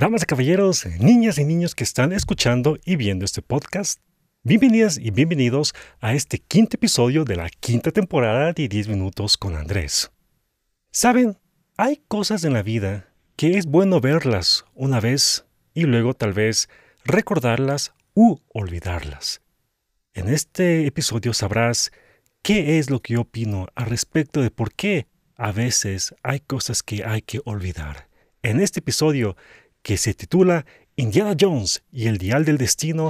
Damas y caballeros, niñas y niños que están escuchando y viendo este podcast, bienvenidas y bienvenidos a este quinto episodio de la quinta temporada de 10 minutos con Andrés. Saben, hay cosas en la vida que es bueno verlas una vez y luego tal vez recordarlas u olvidarlas. En este episodio sabrás qué es lo que yo opino al respecto de por qué a veces hay cosas que hay que olvidar. En este episodio que se titula Indiana Jones y el Dial del Destino.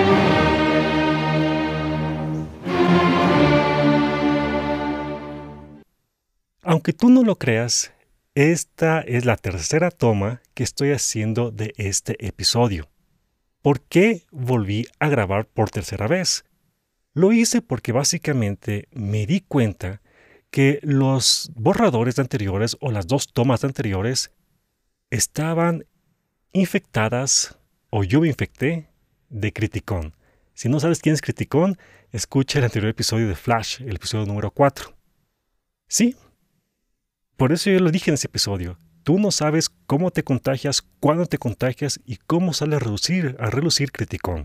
Aunque tú no lo creas, esta es la tercera toma que estoy haciendo de este episodio. ¿Por qué volví a grabar por tercera vez? Lo hice porque básicamente me di cuenta que los borradores anteriores o las dos tomas anteriores estaban infectadas, o yo me infecté, de Criticón. Si no sabes quién es Criticón, escucha el anterior episodio de Flash, el episodio número 4. Sí, por eso yo lo dije en ese episodio. Tú no sabes cómo te contagias, cuándo te contagias y cómo sale a relucir Criticón.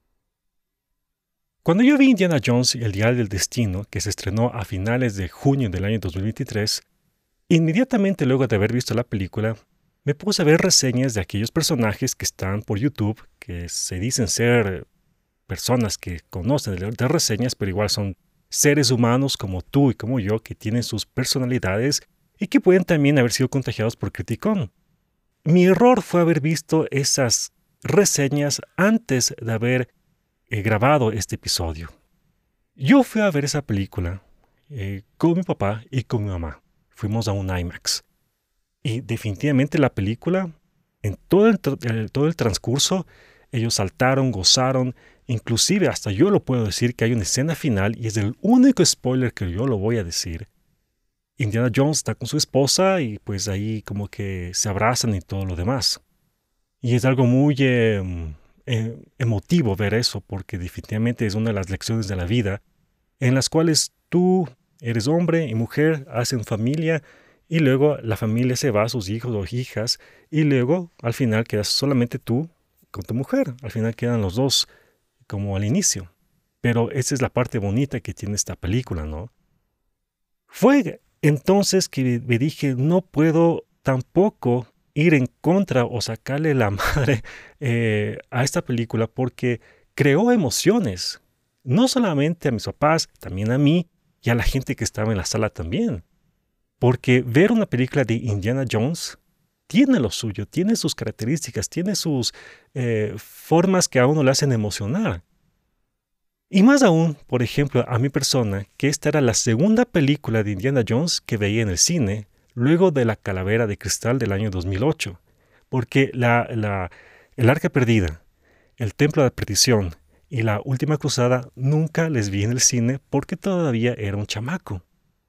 Cuando yo vi Indiana Jones y el Dial del Destino, que se estrenó a finales de junio del año 2023, inmediatamente luego de haber visto la película, me puse a ver reseñas de aquellos personajes que están por YouTube, que se dicen ser personas que conocen de reseñas, pero igual son seres humanos como tú y como yo, que tienen sus personalidades y que pueden también haber sido contagiados por Criticón. Mi error fue haber visto esas reseñas antes de haber grabado este episodio. Yo fui a ver esa película con mi papá y con mi mamá. Fuimos a un IMAX. Y definitivamente la película, en todo el transcurso, ellos saltaron, gozaron, inclusive hasta yo lo puedo decir que hay una escena final, y es el único spoiler que yo lo voy a decir. Indiana Jones está con su esposa y pues ahí como que se abrazan y todo lo demás. Y es algo muy emotivo ver eso, porque definitivamente es una de las lecciones de la vida, en las cuales tú eres hombre y mujer, hacen familia, y luego la familia se va, sus hijos o hijas, y luego al final quedas solamente tú con tu mujer. Al final quedan los dos como al inicio. Pero esa es la parte bonita que tiene esta película, ¿no? Fue entonces que me dije, no puedo tampoco ir en contra o sacarle la madre a esta película, porque creó emociones. No solamente a mis papás, también a mí y a la gente que estaba en la sala también. Porque ver una película de Indiana Jones tiene lo suyo, tiene sus características, tiene sus formas que a uno le hacen emocionar. Y más aún, por ejemplo, a mi persona, que esta era la segunda película de Indiana Jones que veía en el cine, luego de La Calavera de Cristal del año 2008. Porque El Arca Perdida, El Templo de la Perdición y La Última Cruzada nunca les vi en el cine porque todavía era un chamaco.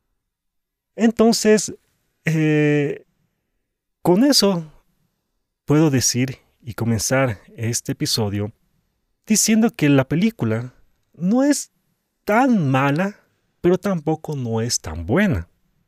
Entonces, con eso puedo decir y comenzar este episodio diciendo que la película no es tan mala, pero tampoco no es tan buena.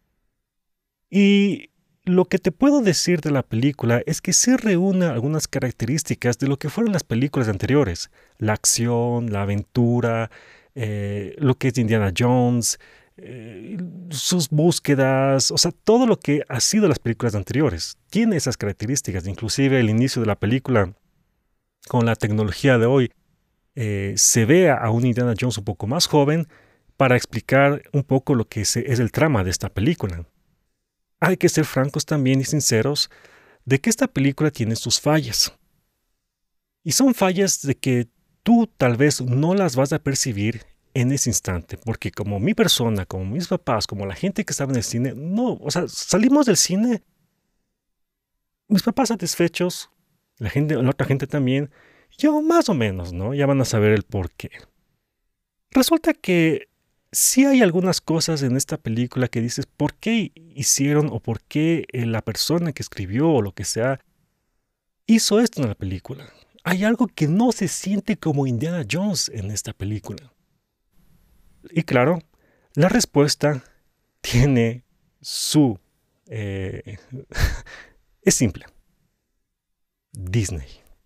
Y lo que te puedo decir de la película es que sí reúne algunas características de lo que fueron las películas anteriores. La acción, la aventura, lo que es Indiana Jones, sus búsquedas, o sea, todo lo que ha sido las películas anteriores. Tiene esas características, inclusive el inicio de la película con la tecnología de hoy. Se ve a un Indiana Jones un poco más joven para explicar un poco lo que es el trama de esta película. Hay que ser francos también y sinceros de que esta película tiene sus fallas. Y son fallas de que tú tal vez no las vas a percibir en ese instante, porque como mi persona, como mis papás, como la gente que estaba en el cine, no, o sea, salimos del cine, mis papás satisfechos, la otra gente también, yo más o menos, ¿no? Ya van a saber el por qué. Resulta que sí hay algunas cosas en esta película que dices, ¿por qué hicieron o por qué la persona que escribió o lo que sea hizo esto en la película? Hay algo que no se siente como Indiana Jones en esta película. Y claro, la respuesta tiene su... es simple. Disney.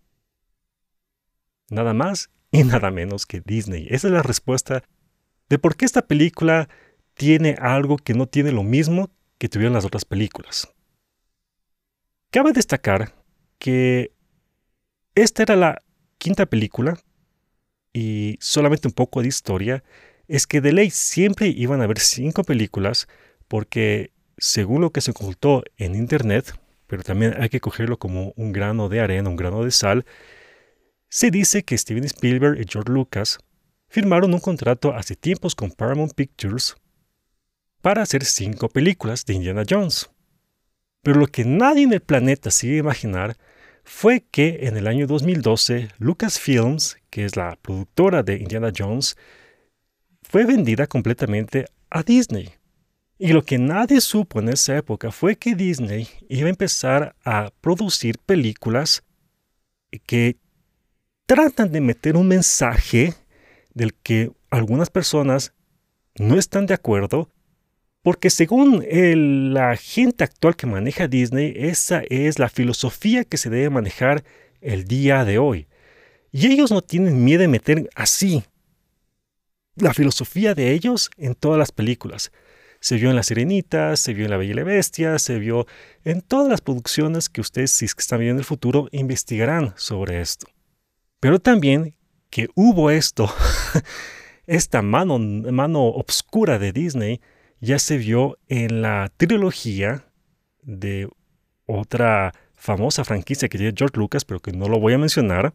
Nada más y nada menos que Disney. Esa es la respuesta de por qué esta película tiene algo que no tiene lo mismo que tuvieron las otras películas. Cabe destacar que esta era la quinta película y solamente un poco de historia es que de ley siempre iban a haber 5 películas porque según lo que se ocultó en internet, pero también hay que cogerlo como un grano de arena, un grano de sal, se dice que Steven Spielberg y George Lucas firmaron un contrato hace tiempos con Paramount Pictures para hacer 5 películas de Indiana Jones. Pero lo que nadie en el planeta se iba a imaginar fue que en el año 2012 Lucasfilms, que es la productora de Indiana Jones, fue vendida completamente a Disney. Y lo que nadie supo en esa época fue que Disney iba a empezar a producir películas que tratan de meter un mensaje del que algunas personas no están de acuerdo, porque según la gente actual que maneja Disney, esa es la filosofía que se debe manejar el día de hoy. Y ellos no tienen miedo de meter así la filosofía de ellos en todas las películas. Se vio en La Sirenita, se vio en La Bella y la Bestia, se vio en todas las producciones que ustedes, si es que están viendo en el futuro, investigarán sobre esto. Pero también que hubo esto, esta mano obscura de Disney, ya se vio en la trilogía de otra famosa franquicia que tiene George Lucas, pero que no lo voy a mencionar.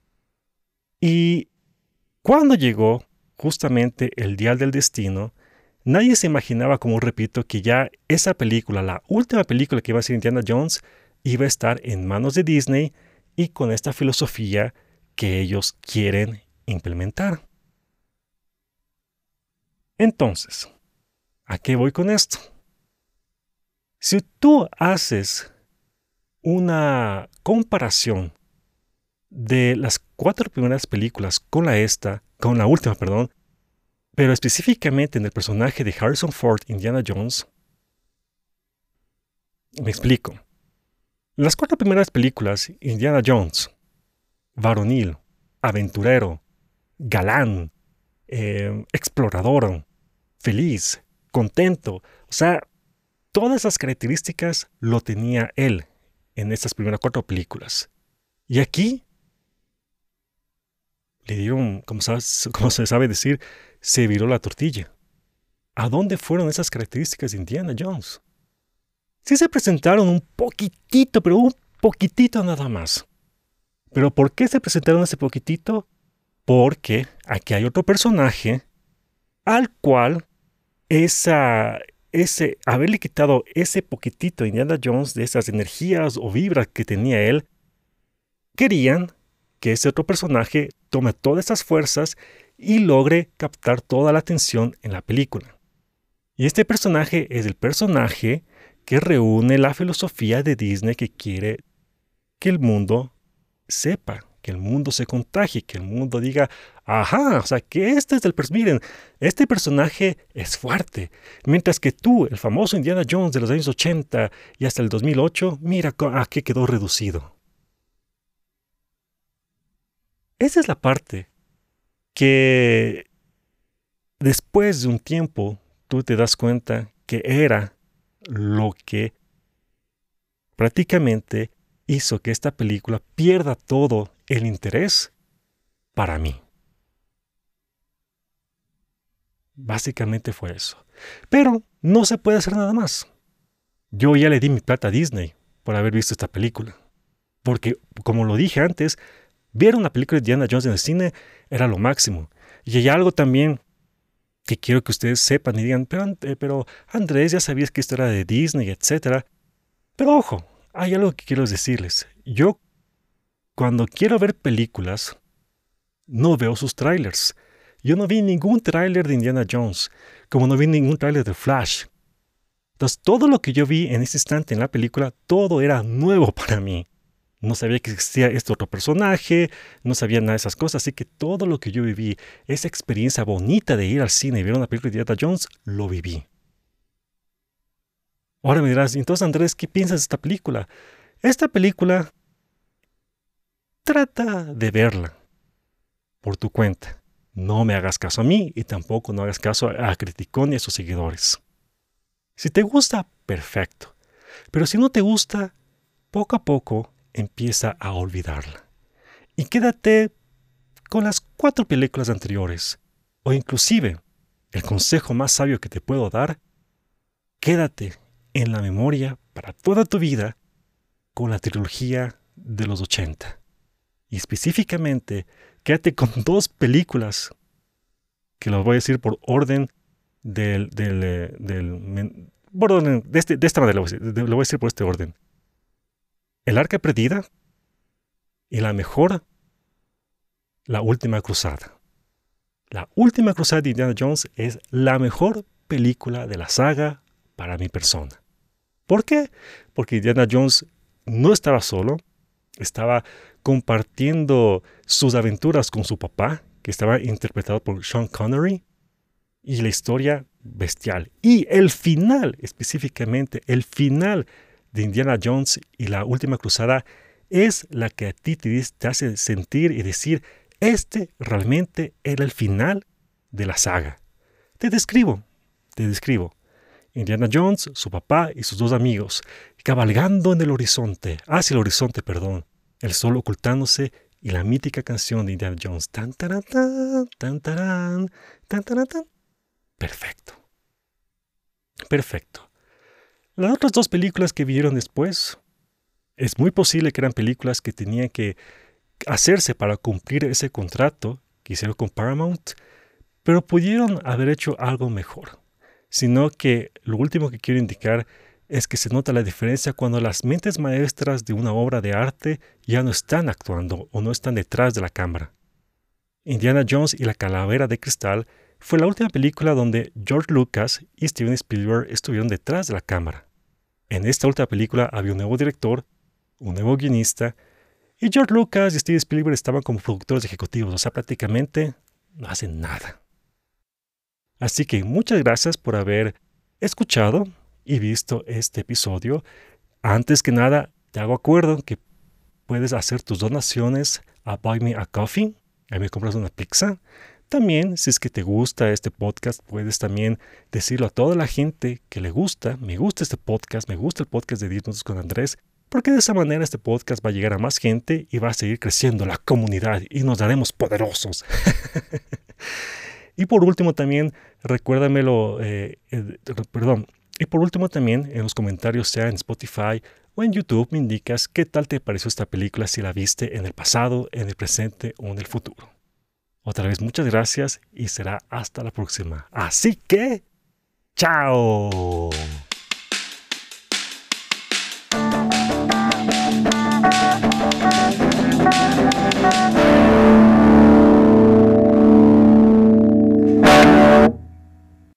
Y cuando llegó justamente el Dial del Destino, nadie se imaginaba, como repito, que ya esa película, la última película que iba a ser Indiana Jones, iba a estar en manos de Disney y con esta filosofía que ellos quieren implementar. Entonces, ¿a qué voy con esto? Si tú haces una comparación de las 4 primeras películas con la última, pero específicamente en el personaje de Harrison Ford, Indiana Jones, me explico. Las 4 primeras películas, Indiana Jones, varonil, aventurero, galán, explorador, feliz, contento, o sea, todas esas características lo tenía él en estas primeras 4 películas. Y aquí le dieron, como se sabe decir, se viró la tortilla. ¿A dónde fueron esas características de Indiana Jones? Sí se presentaron un poquitito, pero un poquitito nada más. ¿Pero por qué se presentaron ese poquitito? Porque aquí hay otro personaje al cual haberle quitado ese poquitito a Indiana Jones de esas energías o vibras que tenía él, querían que ese otro personaje tome todas esas fuerzas y logre captar toda la atención en la película. Y este personaje es el personaje que reúne la filosofía de Disney que quiere que el mundo sepa, que el mundo se contagie, que el mundo diga, ajá, o sea, que este es miren, este personaje es fuerte, mientras que tú, el famoso Indiana Jones de los años 80 y hasta el 2008, mira a qué quedó reducido. Esa es la parte que después de un tiempo tú te das cuenta que era lo que prácticamente hizo que esta película pierda todo el interés para mí. Básicamente fue eso. Pero no se puede hacer nada más. Yo ya le di mi plata a Disney por haber visto esta película. Porque, como lo dije antes, ver una película de Indiana Jones en el cine era lo máximo. Y hay algo también que quiero que ustedes sepan y digan, pero Andrés, ya sabías que esto era de Disney, etc. Pero ojo, hay algo que quiero decirles. Yo, cuando quiero ver películas, no veo sus trailers. Yo no vi ningún tráiler de Indiana Jones, como no vi ningún tráiler de Flash. Entonces, todo lo que yo vi en ese instante en la película, todo era nuevo para mí. No sabía que existía este otro personaje, no sabía nada de esas cosas, así que todo lo que yo viví, esa experiencia bonita de ir al cine y ver una película de Indiana Jones, lo viví. Ahora me dirás, entonces Andrés, ¿qué piensas de esta película? Esta película trata de verla por tu cuenta. No me hagas caso a mí y tampoco no hagas caso a Criticón y a sus seguidores. Si te gusta, perfecto. Pero si no te gusta, poco a poco empieza a olvidarla. Y quédate con las 4 películas anteriores. O inclusive, el consejo más sabio que te puedo dar, quédate en la memoria para toda tu vida con la trilogía de los 80. Y específicamente, quédate con 2 películas, que las voy a decir por orden de esta manera, lo voy a decir por este orden. El Arca Perdida y la mejor, La Última Cruzada. La Última Cruzada de Indiana Jones es la mejor película de la saga para mi persona. ¿Por qué? Porque Indiana Jones no estaba solo, estaba compartiendo sus aventuras con su papá, que estaba interpretado por Sean Connery, y la historia bestial. Y el final, específicamente, el final de Indiana Jones y la Última Cruzada es la que a ti te hace sentir y decir, este realmente era el final de la saga. Te describo. Indiana Jones, su papá y sus 2 amigos, cabalgando en el horizonte, hacia el horizonte, el sol ocultándose y la mítica canción de Indiana Jones. Tan, taran, tan, taran, tan, taran, tan. Perfecto. Las otras 2 películas que vinieron después, es muy posible que eran películas que tenían que hacerse para cumplir ese contrato que hicieron con Paramount, pero pudieron haber hecho algo mejor. Sino que lo último que quiero indicar es que se nota la diferencia cuando las mentes maestras de una obra de arte ya no están actuando o no están detrás de la cámara. Indiana Jones y la Calavera de Cristal fue la última película donde George Lucas y Steven Spielberg estuvieron detrás de la cámara. En esta última película había un nuevo director, un nuevo guionista, y George Lucas y Steven Spielberg estaban como productores ejecutivos, o sea, prácticamente no hacen nada. Así que muchas gracias por haber escuchado y visto este episodio. Antes que nada, te hago acuerdo que puedes hacer tus donaciones a Buy Me a Coffee. Ahí me compras una pizza. También, si es que te gusta este podcast, puedes también decirlo a toda la gente que le gusta, me gusta este podcast, me gusta el podcast de 10 minutos con Andrés, porque de esa manera este podcast va a llegar a más gente y va a seguir creciendo la comunidad y nos daremos poderosos. Y por último también, recuérdamelo, y por último también en los comentarios, sea en Spotify o en YouTube, me indicas qué tal te pareció esta película, si la viste en el pasado, en el presente o en el futuro. Otra vez muchas gracias y será hasta la próxima. Así que, ¡chao!